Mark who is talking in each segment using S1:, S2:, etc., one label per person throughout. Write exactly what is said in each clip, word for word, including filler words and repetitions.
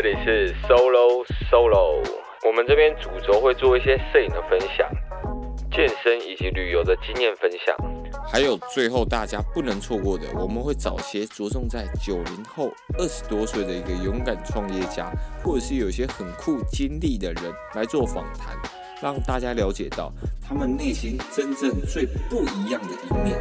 S1: 里是 Solo Solo， 我们这边主轴会做一些摄影的分享、健身以及旅游的经验分享，
S2: 还有最后大家不能错过的，我们会找些着重在九零后、二十多岁的一个勇敢创业家，或者是有些很酷经历的人来做访谈，让大家了解到他们内心真正最不一样的一面。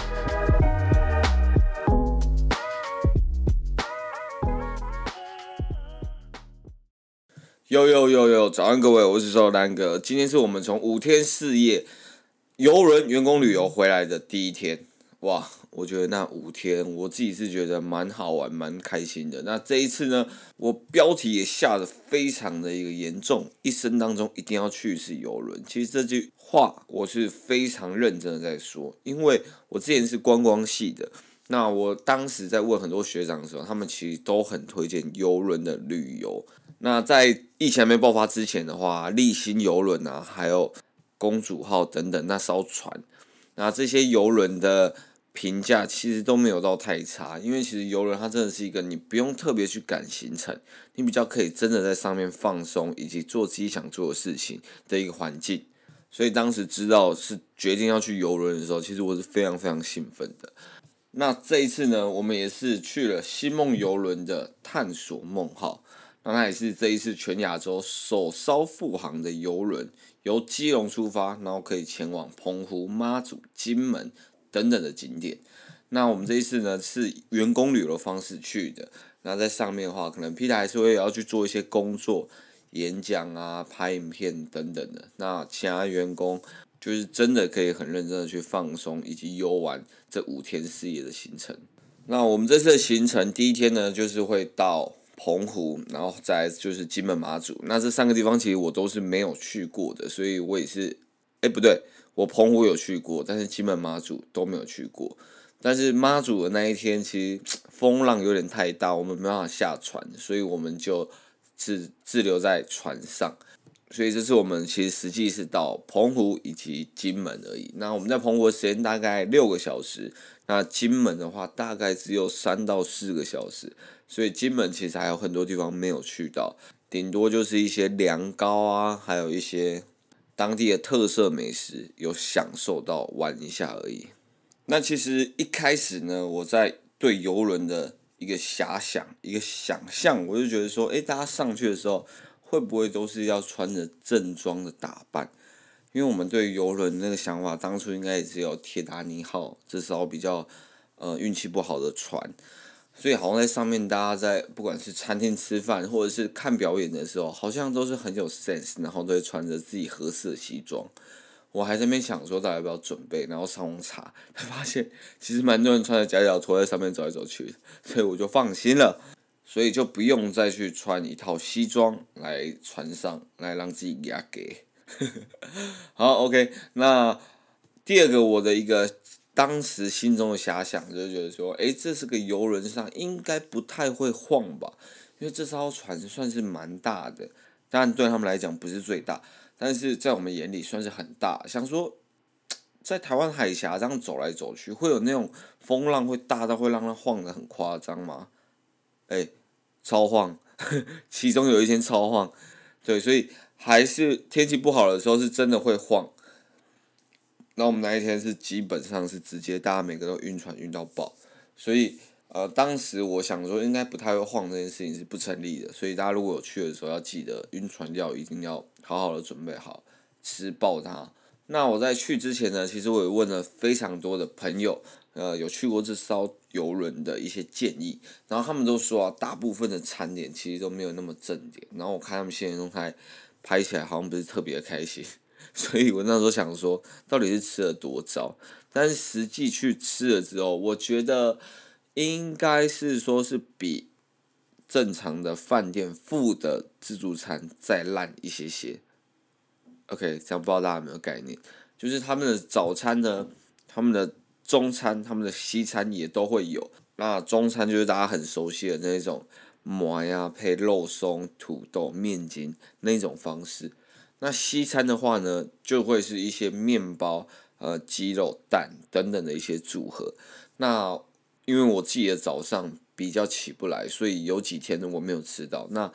S2: 呦呦呦呦，早安各位，我是周丹哥。今天是我们从五天四夜邮轮员工旅游回来的第一天，哇！我觉得那五天我自己是觉得蛮好玩、蛮开心的。那这一次呢，我标题也下得非常的一个严重，一生当中一定要去一次邮轮。其实这句话我是非常认真的在说，因为我之前是观光系的。那我当时在问很多学长的时候，他们其实都很推荐邮轮的旅游。那在疫情还没爆发之前的话，立新邮轮啊，还有公主号等等那艘船，那这些邮轮的评价其实都没有到太差，因为其实邮轮它真的是一个你不用特别去赶行程，你比较可以真的在上面放松以及做自己想做的事情的一个环境。所以当时知道是决定要去邮轮的时候，其实我是非常非常兴奋的。那这一次呢，我们也是去了星梦邮轮的探索梦号。那它也是这一次全亚洲首艘复航的邮轮，由基隆出发，然后可以前往澎湖、妈祖、金门等等的景点。那我们这一次呢是员工旅游的方式去的。那在上面的话，可能 Peter 还是会要去做一些工作、演讲啊、拍影片等等的。那其他员工就是真的可以很认真的去放松，以及游玩这五天四夜的行程。那我们这次的行程，第一天呢就是会到澎湖，然后再来就是金门、马祖。那这三个地方其实我都是没有去过的，所以我也是，哎不对，我澎湖有去过，但是金门、马祖都没有去过。但是妈祖的那一天，其实风浪有点太大，我们没办法下船，所以我们就自滞留在船上。所以这次我们其实实际是到澎湖以及金门而已。那我们在澎湖的时间大概六个小时，那金门的话大概只有三到四个小时。所以金门其实还有很多地方没有去到，顶多就是一些凉糕啊，还有一些当地的特色美食有享受到玩一下而已。那其实一开始呢，我在对邮轮的一个遐想、一个想象，我就觉得说，哎，大家上去的时候会不会都是要穿着正装的打扮？因为我们对邮轮那个想法，当初应该也是有铁达尼号这艘比较呃运气不好的船。所以好像在上面，大家在不管是餐厅吃饭，或者是看表演的时候，好像都是很有 sense， 然后都会穿着自己合适的西装。我还在那边想说，到底要不要准备，然后上网查，才发现其实蛮多人穿着夹脚拖在上面走来走去的，所以我就放心了，所以就不用再去穿一套西装来船上，来让自己给他给。好 ，OK， 那第二个我的一个当时心中的遐想，就是觉得说，哎，这是个邮轮上应该不太会晃吧？因为这艘船算是蛮大的，当然对他们来讲不是最大，但是在我们眼里算是很大。想说，在台湾海峡这样走来走去，会有那种风浪会大到会让它晃得很夸张吗？哎，超晃，其中有一天超晃，对，所以还是天气不好的时候是真的会晃。那我们那一天是基本上是直接大家每个都晕船晕到爆，所以呃当时我想说应该不太会晃这件事情是不成立的，所以大家如果有去的时候要记得晕船药一定要好好的准备好，吃爆它。那我在去之前呢，其实我也问了非常多的朋友，呃有去过这艘邮轮的一些建议，然后他们都说啊，大部分的餐点其实都没有那么正点，然后我看他们现实动态拍起来好像不是特别的开心。所以我那时候想说，到底是吃了多糟？但是实际去吃了之后，我觉得应该是说是比正常的饭店附的自助餐再烂一些些。OK， 这样不知道大家有没有概念？就是他们的早餐呢，他们的中餐、他们的西餐也都会有。那中餐就是大家很熟悉的那种馍呀配肉松、土豆、面筋那种方式。那西餐的话呢，就会是一些面包、呃鸡肉、蛋等等的一些组合。那因为我自己的早上比较起不来，所以有几天呢我没有吃到。那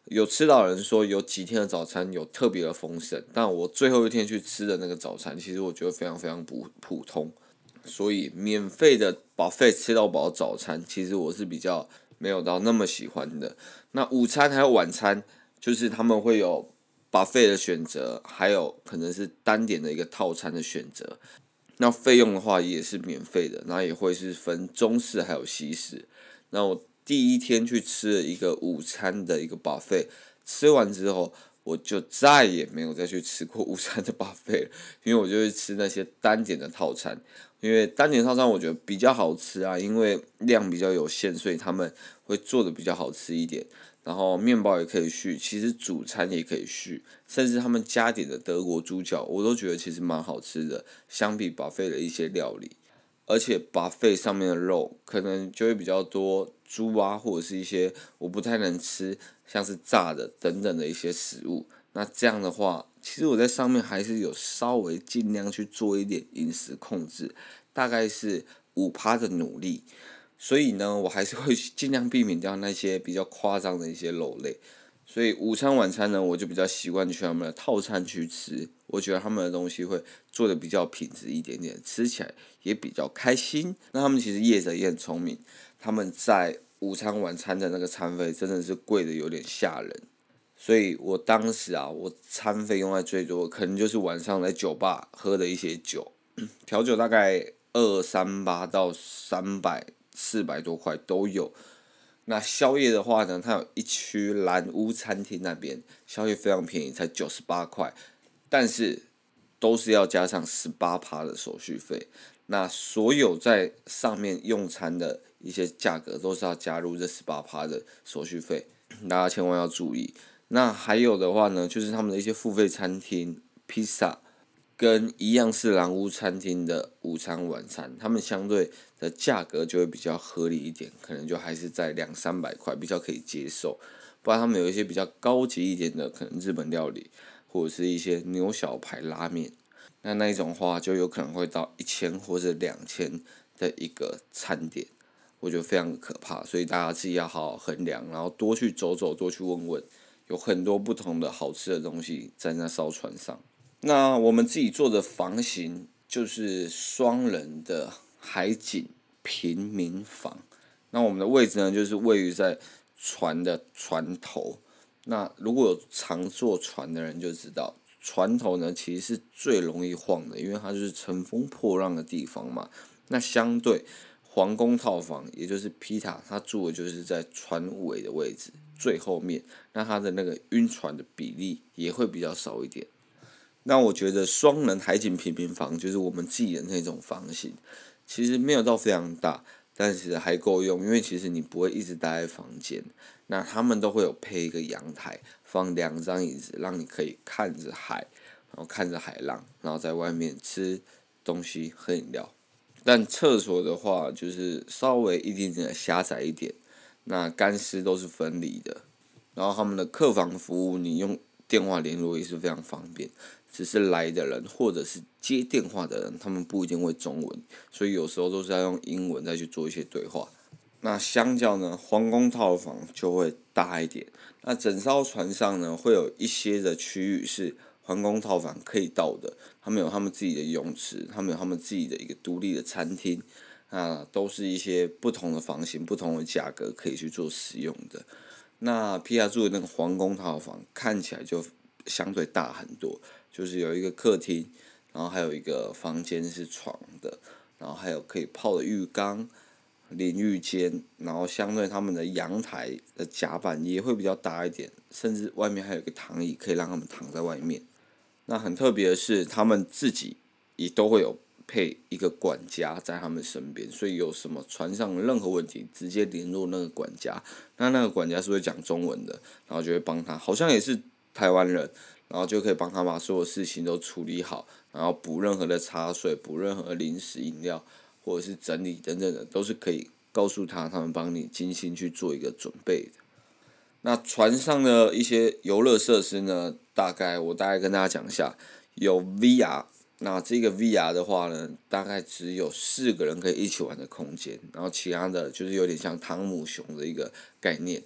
S2: 有吃到人说有几天的早餐有特别的丰盛，但我最后一天去吃的那个早餐，其实我觉得非常非常普普通。所以免费的 buffet 吃到饱早餐，其实我是比较没有到那么喜欢的。那午餐还有晚餐，就是他们会有 buffet 的选择，还有可能是单点的一个套餐的选择。那费用的话也是免费的，那也会是分中式还有西式。那我第一天去吃了一个午餐的一个 buffet， 吃完之后我就再也没有再去吃过午餐的 buffet 了，因为我就会吃那些单点的套餐。因为单点套餐我觉得比较好吃啊，因为量比较有限，所以他们会做的比较好吃一点。然后面包也可以续，其实主餐也可以续，甚至他们加点的德国猪脚，我都觉得其实蛮好吃的，相比 buffet 的一些料理。而且 buffet 上面的肉可能就会比较多猪啊，或者是一些我不太能吃，像是炸的等等的一些食物。那这样的话，其实我在上面还是有稍微尽量去做一点饮食控制，大概是 百分之五 的努力。所以呢，我还是会尽量避免掉那些比较夸张的一些肉类。所以午餐晚餐呢，我就比较习惯去他们的套餐去吃，我觉得他们的东西会做的比较品质一点点，吃起来也比较开心。那他们其实业者也很聪明，他们在午餐晚餐的那个餐费真的是贵的有点吓人。所以我当时啊，我餐费用在最多，可能就是晚上在酒吧喝的一些酒，调酒大概二三八到三百四百多块都有。那宵夜的话呢，它有一区蓝屋餐厅那边宵夜非常便宜，才九十八块，但是都是要加上 百分之十八 的手续费。那所有在上面用餐的一些价格都是要加入这 百分之十八 的手续费，大家千万要注意。那还有的话呢，就是他们的一些付费餐厅，披萨跟一样是蓝屋餐厅的午餐晚餐，他们相对的价格就会比较合理一点，可能就还是在两三百块，比较可以接受。不然他们有一些比较高级一点的，可能日本料理或者是一些牛小排拉面，那那一种话就有可能会到一千或者两千的一个餐点，我觉得非常可怕，所以大家自己要好好衡量，然后多去走走，多去问问，有很多不同的好吃的东西在那艘船上。那我们自己做的房型就是双人的海景平民房，那我们的位置呢，就是位于在船的船头。那如果有常坐船的人就知道，船头呢其实是最容易晃的，因为它就是乘风破浪的地方嘛。那相对皇宫套房，也就是皮塔，他住的就是在船尾的位置最后面，那他的那个晕船的比例也会比较少一点。那我觉得双人海景平民房就是我们自己的那种房型，其实没有到非常大，但是还够用，因为其实你不会一直待在房间。那他们都会有配一个阳台，放两张椅子，让你可以看着海，然后看着海浪，然后在外面吃东西、喝饮料。但厕所的话，就是稍微一点点的狭窄一点，那干湿都是分离的。然后他们的客房服务，你用电话联络也是非常方便，只是来的人或者是接电话的人，他们不一定会中文，所以有时候都是要用英文再去做一些对话。那相较呢，皇宫套房就会大一点。那整艘船上呢，会有一些的区域是皇宫套房可以到的，他们有他们自己的泳池，他们有他们自己的一个独立的餐厅，那都是一些不同的房型、不同的价格可以去做使用的。那皮亚住的那个皇宫套房看起来就相对大很多，就是有一个客厅，然后还有一个房间是床的，然后还有可以泡的浴缸、淋浴间，然后相对他们的阳台的甲板也会比较大一点，甚至外面还有一个躺椅可以让他们躺在外面。那很特别的是，他们自己也都会有配一个管家在他们身边，所以有什么船上的任何问题，直接联络那个管家。那那个管家是会讲中文的，然后就会帮他，好像也是台湾人，然后就可以帮他把所有事情都处理好，然后补任何的茶水、补任何的零食饮料，或者是整理等等的，都是可以告诉他，他们帮你精心去做一个准备的。那船上的一些游乐设施呢，大概我大概跟大家讲一下，有 V R。那这个 V R 的话呢，大概只有四个人可以一起玩的空间，然后其他的就是有点像汤姆熊的一个概念。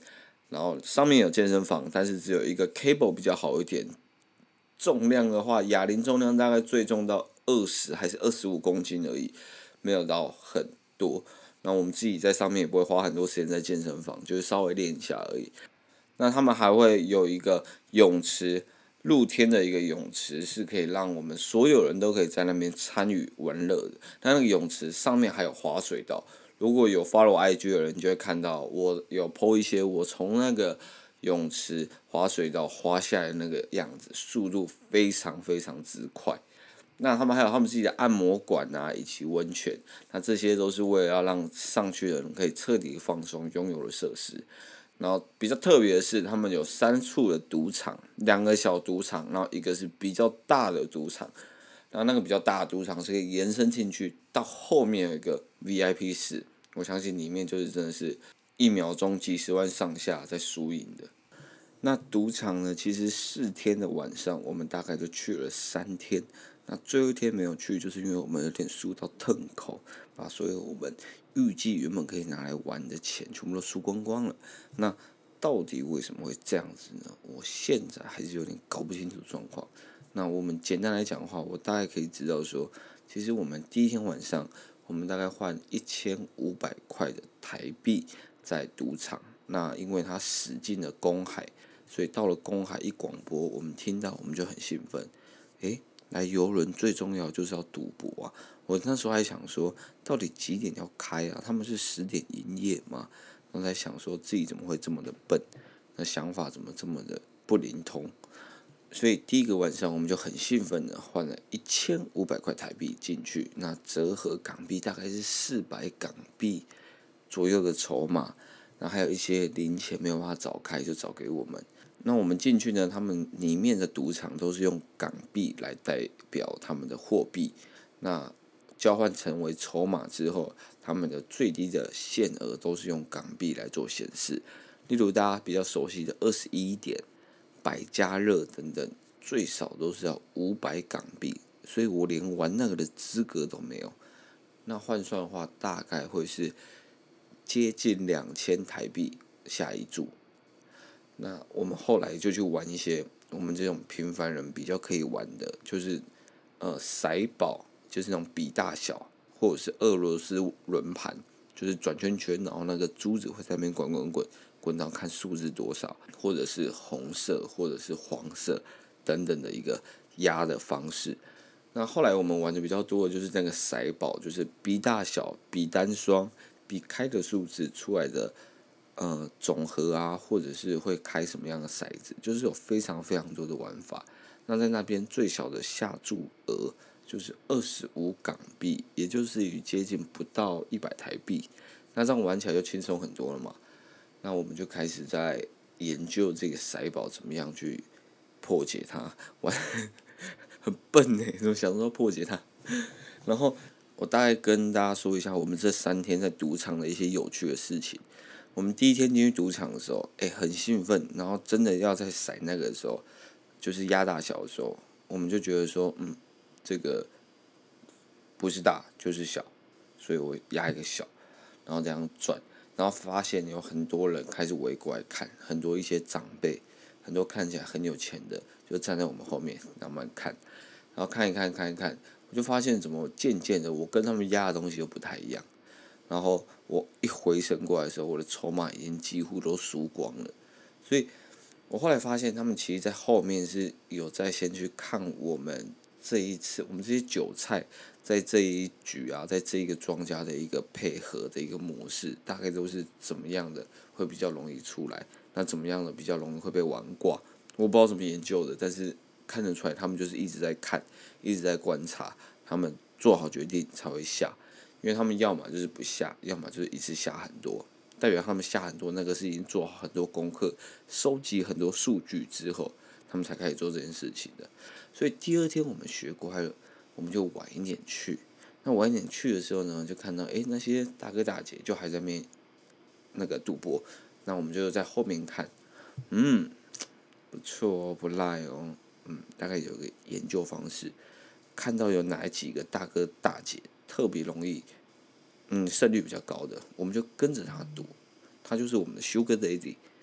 S2: 然后上面有健身房，但是只有一个 cable 比较好一点。重量的话，哑铃重量大概最重到二十还是二十五公斤而已，没有到很多。那我们自己在上面也不会花很多时间在健身房，就是稍微练一下而已。那他们还会有一个泳池，露天的一个泳池，是可以让我们所有人都可以在那边参与玩乐的。那那个泳池上面还有滑水道，如果有 follow I G 的人，就会看到我有 po 一些我从那个泳池滑水道滑下来的那个样子，速度非常非常之快。那他们还有他们自己的按摩馆啊，以及温泉，那这些都是为了要让上去的人可以彻底放松拥有的设施。然后比较特别的是，他们有三处的赌场，两个小赌场，然后一个是比较大的赌场。然后那个比较大的赌场是可以延伸进去，到后面有一个 V I P 室，我相信里面就是真的是一秒钟几十万上下在输赢的。那赌场呢，其实四天的晚上，我们大概就去了三天。那最后一天没有去，就是因为我们有点输到腾口，把所有我们预计原本可以拿来玩的钱全部都输光光了。那到底为什么会这样子呢？我现在还是有点搞不清楚状况。那我们简单来讲的话，我大概可以知道说，其实我们第一天晚上，我们大概换一千五百块的台币在赌场。那因为它驶进了公海，所以到了公海一广播，我们听到我们就很兴奋。诶，来游轮最重要就是要赌博啊！我那时候还想说，到底几点要开啊？他们是十点营业吗？我在想说自己怎么会这么的笨，那想法怎么这么的不灵通？所以第一个晚上我们就很兴奋的换了一千五百块台币进去，那折合港币大概是四百港币左右的筹码，然后还有一些零钱没有办法找开，就找给我们。那我们进去呢，他们里面的赌场都是用港币来代表他们的货币，那交换成为筹码之后，他们的最低的限额都是用港币来做显示。例如大家比较熟悉的二十一点、百家乐等等，最少都是要五百港币，所以我连玩那个的资格都没有。那换算的话，大概会是接近两千台币下一注。那我们后来就去玩一些我们这种平凡人比较可以玩的，就是呃骰宝，就是那种比大小，或者是俄罗斯轮盘，就是转圈圈，然后那个珠子会在那边滚滚滚，滚到看数字多少，或者是红色或者是黄色等等的一个压的方式。那后来我们玩的比较多的就是那个骰宝，就是比大小、比单双、比开的数字出来的。呃，总和啊，或者是会开什么样的骰子，就是有非常非常多的玩法。那在那边最小的下注额就是二十五港币，也就是与接近不到一百台币。那这样玩起来就轻松很多了嘛。那我们就开始在研究这个骰宝怎么样去破解它，玩很笨呢，怎么想说破解它？然后我大概跟大家说一下我们这三天在赌场的一些有趣的事情。我们第一天进去赌场的时候，哎、欸，很兴奋，然后真的要在骰那个的时候，就是压大小的时候，我们就觉得说，嗯，这个不是大就是小，所以我压一个小，然后这样转，然后发现有很多人开始围过来看，很多一些长辈，很多看起来很有钱的，就站在我们后面慢慢看，然后看一看看一看，我就发现怎么渐渐的，我跟他们压的东西又不太一样。然后我一回神过来的时候，我的筹码已经几乎都输光了，所以我后来发现他们其实在后面是有在先去看我们这一次我们这些韭菜在这一局啊，在这一个庄家的一个配合的一个模式，大概都是怎么样的会比较容易出来，那怎么样的比较容易会被玩挂，我不知道怎么研究的，但是看得出来他们就是一直在看，一直在观察，他们做好决定才会下。因为他们要么就是不下，要么就是一次下很多，代表他们下很多，那个是已经做好很多功课，收集很多数据之后，他们才开始做这件事情的。所以第二天我们学乖了，我们就晚一点去。那晚一点去的时候呢，就看到诶那些大哥大姐就还在那边那个赌博，那我们就在后面看，嗯，不错哦，不赖哦，嗯，大概有个研究方式，看到有哪几个大哥大姐特别容易，嗯，胜率比较高的，我们就跟着他赌，他就是我们的 Sugar Daddy，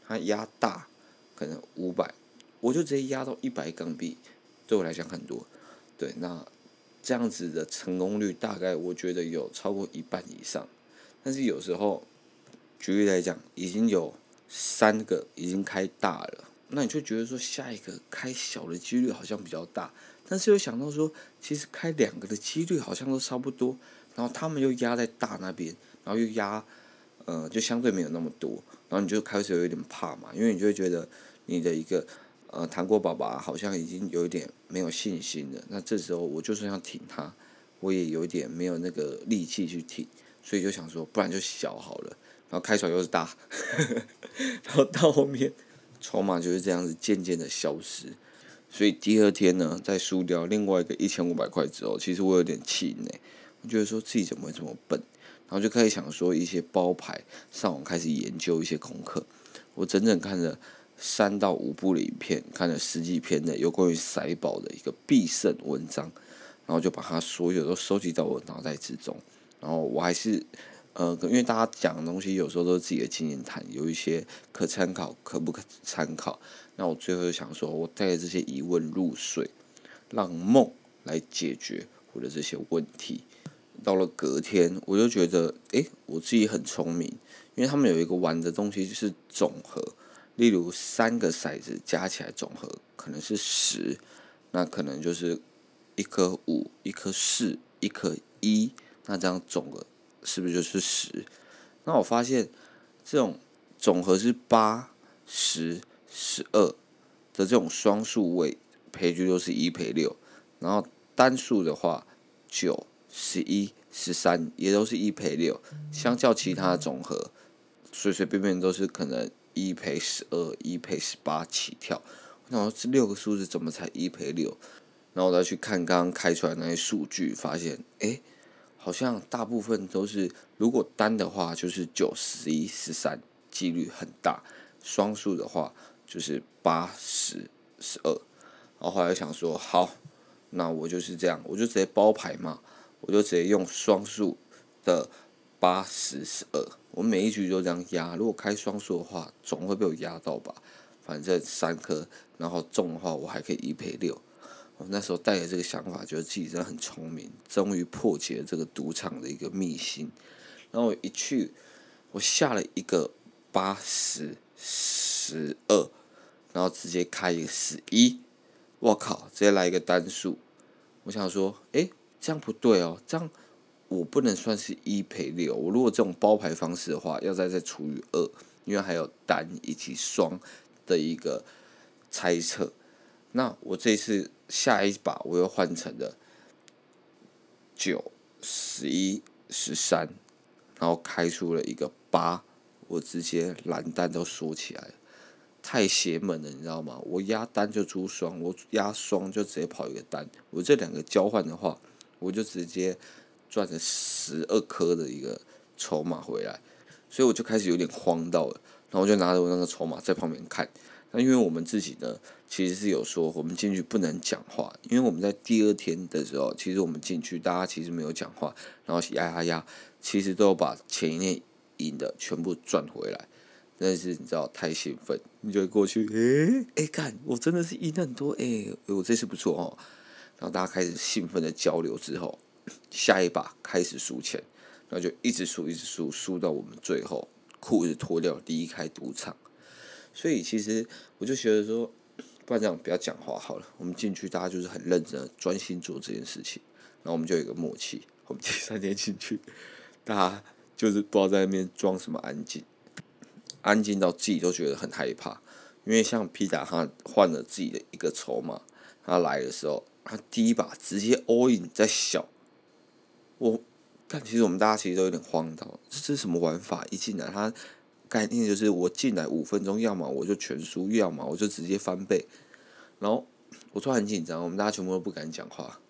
S2: 他压大可能五百，我就直接压到一百港币，对我来讲很多。对，那这样子的成功率大概我觉得有超过一半以上。但是有时候举例来讲，已经有三个已经开大了，那你就觉得说下一个开小的几率好像比较大，但是又想到说其实开两个的几率好像都差不多，然后他们又压在大那边，然后又压呃就相对没有那么多，然后你就开始有一点怕嘛，因为你就会觉得你的一个呃糖果爸爸好像已经有一点没有信心了，那这时候我就算要挺他，我也有一点没有那个力气去挺，所以就想说不然就小好了。然后开出来又是大，然后到后面筹码就是这样子渐渐的消失，所以第二天呢，在输掉另外一个一千五百块之后，其实我有点气馁，我觉得说自己怎么会这么笨，然后就开始想说一些包牌，上网开始研究一些功课，我整整看了三到五部的影片，看了十几篇的有关于骰宝的一个必胜文章，然后就把它所有都收集到我脑袋之中，然后我还是。呃，因为大家讲的东西有时候都是自己的经验谈，有一些可参考，可不可参考。那我最后就想说，我带着这些疑问入睡，让梦来解决我的这些问题。到了隔天，我就觉得，诶，我自己很聪明，因为他们有一个玩的东西就是总和，例如三个骰子加起来总和可能是十，那可能就是一颗五，一颗四，一颗一，那这样总额。是不是就是十？那我发现这种总和是八、十、十二的这种双数位赔率都是一赔六，然后单数的话九、十一、十三也都是一赔六，相较其他的总和，随随便便都是可能一赔十二、一赔十八起跳。我想说这六个数字怎么才一赔六？然后我再去看刚刚开出来的那些数据，发现诶。好像大部分都是，如果单的话就是九、十一、十三，几率很大；双数的话就是八、十、十二。然后后来想说，好，那我就是这样，我就直接包牌嘛，我就直接用双数的八、十、十二，我每一局都这样压。如果开双数的话，总会被我压到吧？反正三颗，然后中的话，我还可以一赔六。我那时候带着这个想法，觉得自己真的很聪明，终于破解了这个赌场的一个秘辛。然后我一去，我下了一个八十十二，然后直接开一个十一，我靠，直接来一个单数。我想说，诶，这样不对哦，这样我不能算是一赔六。我如果这种包牌方式的话，要再再除以二，因为还有单以及双的一个猜测。那我这次下一把我又换成了九、十一、十三，然后开出了一个八，我直接蓝单都锁起来了，太邪门了，你知道吗？我压单就出双，我压双就直接跑一个单，我这两个交换的话，我就直接赚了十二颗的一个筹码回来，所以我就开始有点慌到了，然后我就拿着我那个筹码在旁边看。那因为我们自己呢，其实是有说我们进去不能讲话，因为我们在第二天的时候，其实我们进去大家其实没有讲话，然后压压压，其实都有把前一天赢的全部赚回来。但是你知道太兴奋，你就会过去，诶诶，干，我真的是赢很多，诶，我这次不错哦。然后大家开始兴奋的交流之后，下一把开始输钱，然后就一直输一直输，输到我们最后裤子脱掉离开赌场。所以其实我就觉得说，不然这样不要讲话好了，我们进去大家就是很认真的专心做这件事情，然后我们就有一个默契，我们第三天进去，大家就是不知道在那边装什么安静，安静到自己都觉得很害怕，因为像皮达他换了自己的一个筹码，他来的时候，他第一把直接 all in 在小，我但其实我们大家其实都有点慌到，这是什么玩法？一进来他。概念就是我进来五分钟，要么我就全输，要么我就直接翻倍。然后我突然很紧张，我们大家全部都不敢讲话。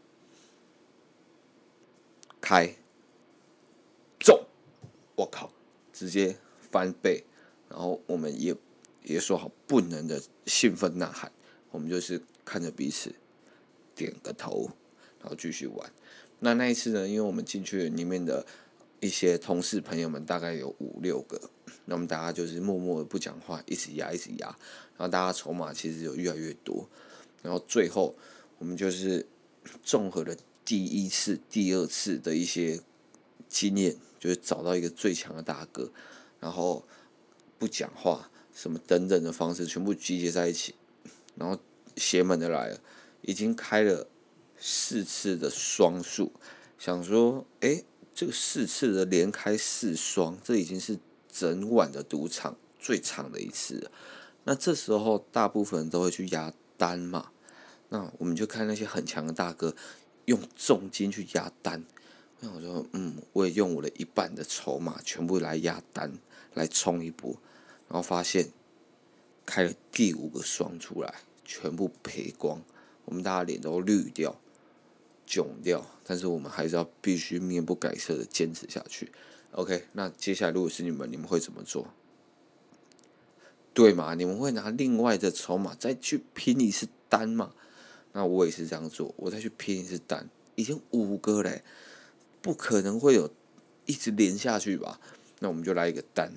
S2: 开中，我靠，直接翻倍。然后我们也也说好不能的兴奋呐喊，我们就是看着彼此点个头，然后继续玩。那那一次呢，因为我们进去里面的一些同事朋友们大概有五六个。 那我们大家就是默默的不讲话，一直压一直压，然后大家筹码其实有越来越多，然后最后我们就是综合了第一次、第二次的一些经验，就是找到一个最强的大哥，然后不讲话什么等等的方式全部集结在一起，然后邪门的来了，已经开了四次的双数，想说，哎，这个四次的连开四双，这已经是整晚的赌场最长的一次了。那这时候大部分人都会去压单嘛，那我们就看那些很强的大哥用重金去压单。那我说，嗯，我也用我的一半的筹码全部来压单，来冲一波，然后发现开了第五个双出来，全部赔光，我们大家脸都绿掉、窘掉，但是我们还是要必须面不改色的坚持下去。OK， 那接下来如果是你们，你们会怎么做？对嘛？你们会拿另外的筹码再去拼一次单嘛？那我也是这样做，我再去拼一次单，已经五个嘞，不可能会有一直连下去吧？那我们就来一个单，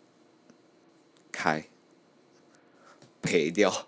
S2: 开，赔掉，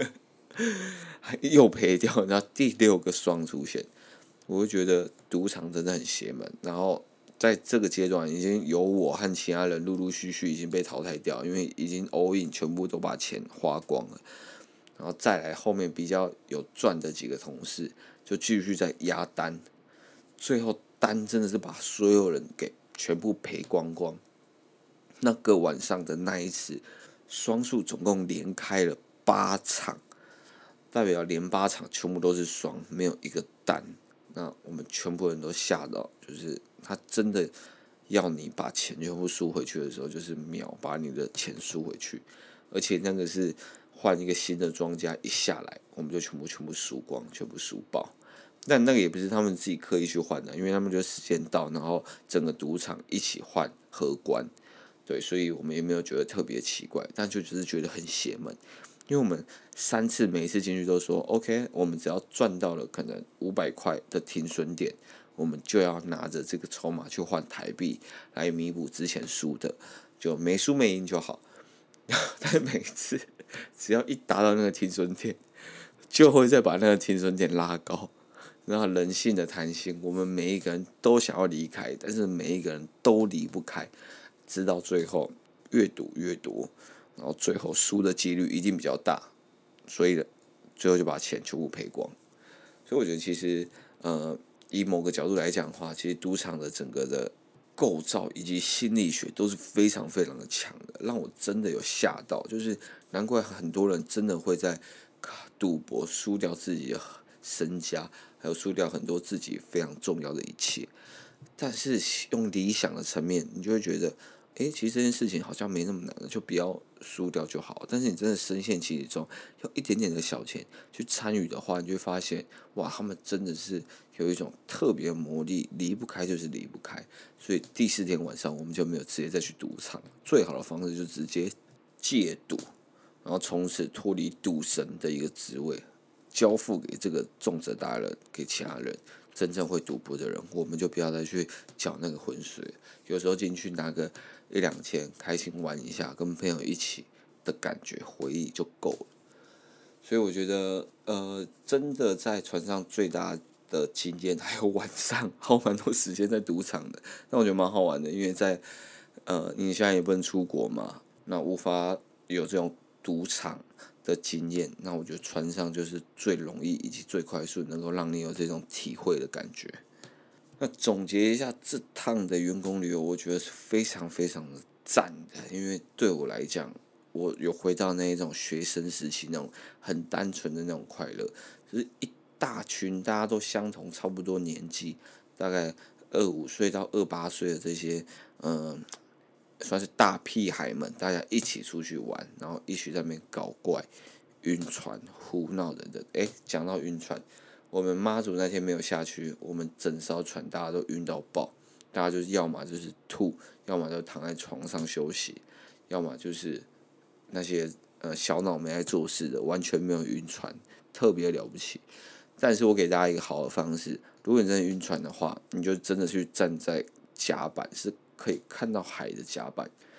S2: 又赔掉，然后第六个双出现，我就觉得赌场真的很邪门。然后在这个阶段，已经有我和其他人陆陆续续已经被淘汰掉，因为已经 all in 全部都把钱花光了。然后再来后面比较有赚的几个同事，就继续在压单，最后单真的是把所有人给全部赔光光。那个晚上的那一次，双数总共连开了八场，代表连八场全部都是双，没有一个单。那我们全部人都吓到，就是他真的要你把钱全部输回去的时候，就是秒把你的钱输回去，而且那个是换一个新的庄家一下来，我们就全部全部输光，全部输爆。但那个也不是他们自己刻意去换的，因为他们就时间到，然后整个赌场一起换荷官，对，所以我们也没有觉得特别奇怪，但就只是觉得很邪门。因为我们三次每一次进去都说 OK， 我们只要赚到了可能五百块的停损点，我们就要拿着这个筹码去换台币来弥补之前输的，就没输没赢就好。但每次只要一达到那个停损点，就会再把那个停损点拉高。然后人性的贪心，我们每一个人都想要离开，但是每一个人都离不开，直到最后越赌越多。然后最后输的几率一定比较大，所以最后就把钱全部赔光。所以我觉得其实呃，以某个角度来讲的话，其实赌场的整个的构造以及心理学都是非常非常的强的，让我真的有吓到，就是难怪很多人真的会在赌博输掉自己的身家，还有输掉很多自己非常重要的一切。但是用理想的层面，你就会觉得，哎，其实这件事情好像没那么难了，就不要输掉就好。但是你真的深陷其中，用一点点的小钱去参与的话，你就会发现，哇，他们真的是有一种特别的魔力，离不开就是离不开。所以第四天晚上，我们就没有直接再去赌场，最好的方式就直接戒赌，然后从此脱离赌神的一个职位，交付给这个重责大人，给其他人。真正会赌博的人，我们就不要再去搅那个浑水。有时候进去拿个一两千，开心玩一下，跟朋友一起的感觉、回忆就够了。所以我觉得，呃，真的在船上最大的经验，还有晚上耗蛮多时间在赌场的。但我觉得蛮好玩的，因为在呃，你现在也不能出国嘛，那无法有这种赌场的经验，那我觉得船上就是最容易以及最快速能够让你有这种体会的感觉。那总结一下这趟的员工旅游，我觉得是非常非常的赞的，因为对我来讲，我有回到那一种学生时期那种很单纯的那种快乐，就是一大群大家都相同差不多年纪，大概二五岁到二八岁的这些，嗯。算是大屁孩们，大家一起出去玩，然后一起在那边搞怪、晕船、胡闹等等。哎，讲到晕船，我们妈祖那天没有下去，我们整艘船大家都晕到爆，大家就是要么就是吐，要么就躺在床上休息，要么就是那些呃小脑没在做事的，完全没有晕船，特别了不起。但是我给大家一个好的方式，如果你真的晕船的话，你就真的去站在甲板，是可以看到海的甲板，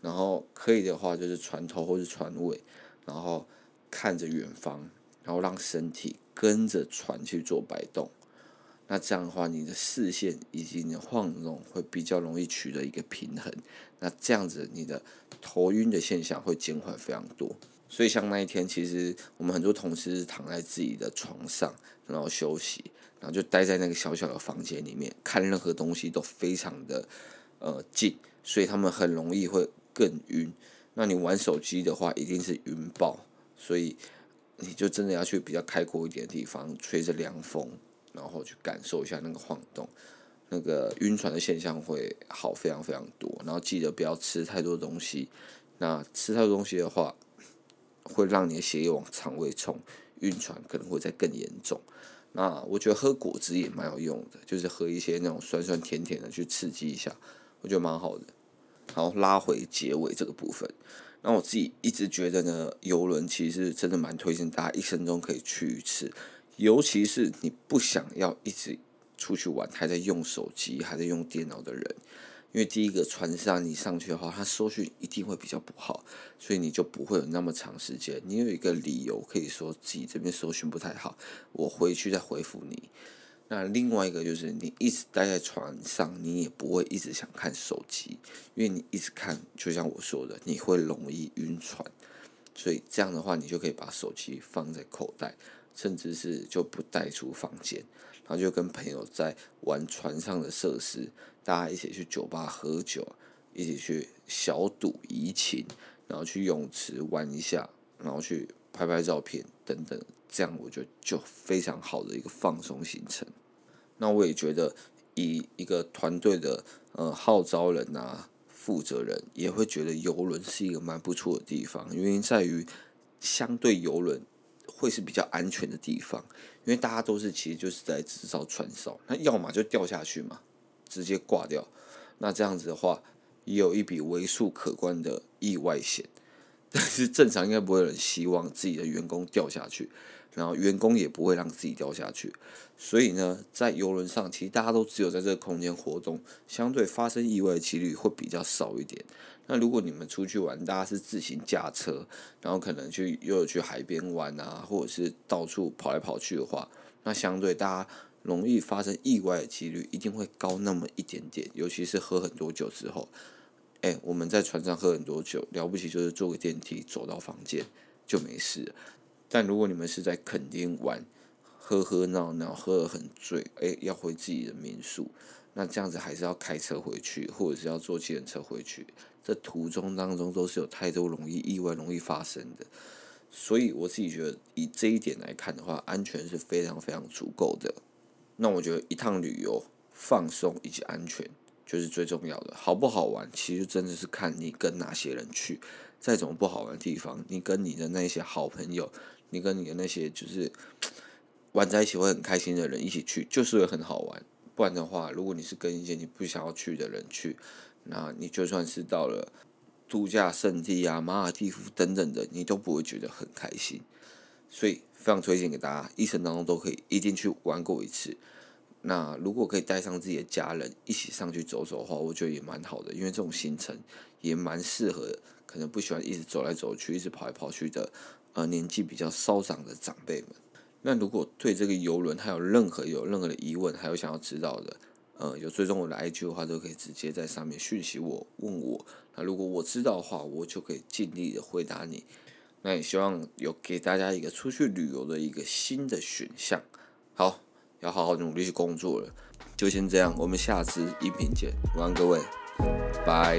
S2: 然后可以的话就是船头或是船尾，然后看着远方，然后让身体跟着船去做摆动。那这样的话，你的视线以及你的晃动会比较容易取得一个平衡。那这样子，你的头晕的现象会减缓非常多。所以像那一天，其实我们很多同事是躺在自己的床上，然后休息，然后就待在那个小小的房间里面，看任何东西都非常的呃近，所以他们很容易会更晕。那你玩手机的话，一定是晕爆，所以你就真的要去比较开阔一点的地方，吹着凉风，然后去感受一下那个晃动，那个晕船的现象会好非常非常多。然后记得不要吃太多东西，那吃太多东西的话，会让你的血液往肠胃冲，晕船可能会再更严重。那我觉得喝果汁也蛮有用的，就是喝一些那种酸酸甜甜的去刺激一下，我觉得蛮好的。好，拉回结尾这个部分，那我自己一直觉得呢，邮轮其实真的蛮推荐大家一生中可以去一次，尤其是你不想要一直出去玩，还在用手机、还在用电脑的人。因为第一个船上你上去的话，它收讯一定会比较不好，所以你就不会有那么长时间。你有一个理由可以说自己这边收讯不太好，我回去再回复你。那另外一个就是你一直待在船上，你也不会一直想看手机，因为你一直看，就像我说的，你会容易晕船。所以这样的话，你就可以把手机放在口袋，甚至是就不带出房间，然后就跟朋友在玩船上的设施，大家一起去酒吧喝酒，一起去小赌怡情，然后去泳池玩一下，然后去拍拍照片等等，这样我觉得就非常好的一个放松行程。那我也觉得，以一个团队的呃号召人啊、负责人，也会觉得邮轮是一个蛮不错的地方，原因在于相对邮轮会是比较安全的地方，因为大家都是其实就是在制造船烧，那要么就掉下去嘛，直接挂掉。那这样子的话，也有一笔为数可观的意外险。但是正常应该不会有人希望自己的员工掉下去，然后员工也不会让自己掉下去。所以呢，在邮轮上，其实大家都只有在这个空间活动，相对发生意外的几率会比较少一点。那如果你们出去玩，大家是自行驾车，然后可能去又有去海边玩啊，或者是到处跑来跑去的话，那相对大家容易发生意外的几率一定会高那么一点点，尤其是喝很多酒之后。哎，我们在船上喝很多酒，了不起就是坐个电梯走到房间就没事了。但如果你们是在垦丁玩，喝喝闹闹，喝得很醉，哎，要回自己的民宿，那这样子还是要开车回去，或者是要坐计程车回去。这途中当中都是有太多容易意外容易发生的，所以我自己觉得以这一点来看的话，安全是非常非常足够的。那我觉得一趟旅游放松以及安全就是最重要的，好不好玩其实真的是看你跟哪些人去。再怎么不好玩的地方，你跟你的那些好朋友，你跟你的那些就是玩在一起会很开心的人一起去，就是会很好玩。不然的话，如果你是跟一些你不想要去的人去，那你就算是到了度假胜地啊、马尔地夫等等的，你都不会觉得很开心。所以非常推荐给大家，一生当中都可以一定去玩过一次。那如果可以带上自己的家人一起上去走走的话，我觉得也蛮好的，因为这种行程也蛮适合可能不喜欢一直走来走去、一直跑来跑去的呃年纪比较稍长的长辈们。那如果对这个邮轮还有任何有任何的疑问，还有想要知道的，呃，有追踪我的 I G 的话，都可以直接在上面讯息我问我。那如果我知道的话，我就可以尽力的回答你。那也希望有给大家一个出去旅游的一个新的选项。好。要好好努力去工作了，就先这样，我们下次音频见，晚安各位，拜。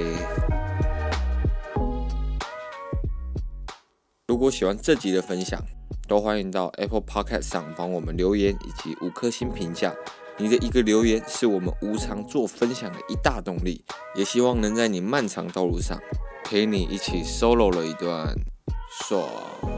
S2: 如果喜欢这集的分享，都欢迎到 Apple Podcast 上帮我们留言以及五颗星评价。你的一个留言是我们无偿做分享的一大动力，也希望能在你漫长道路上陪你一起 solo 了一段爽。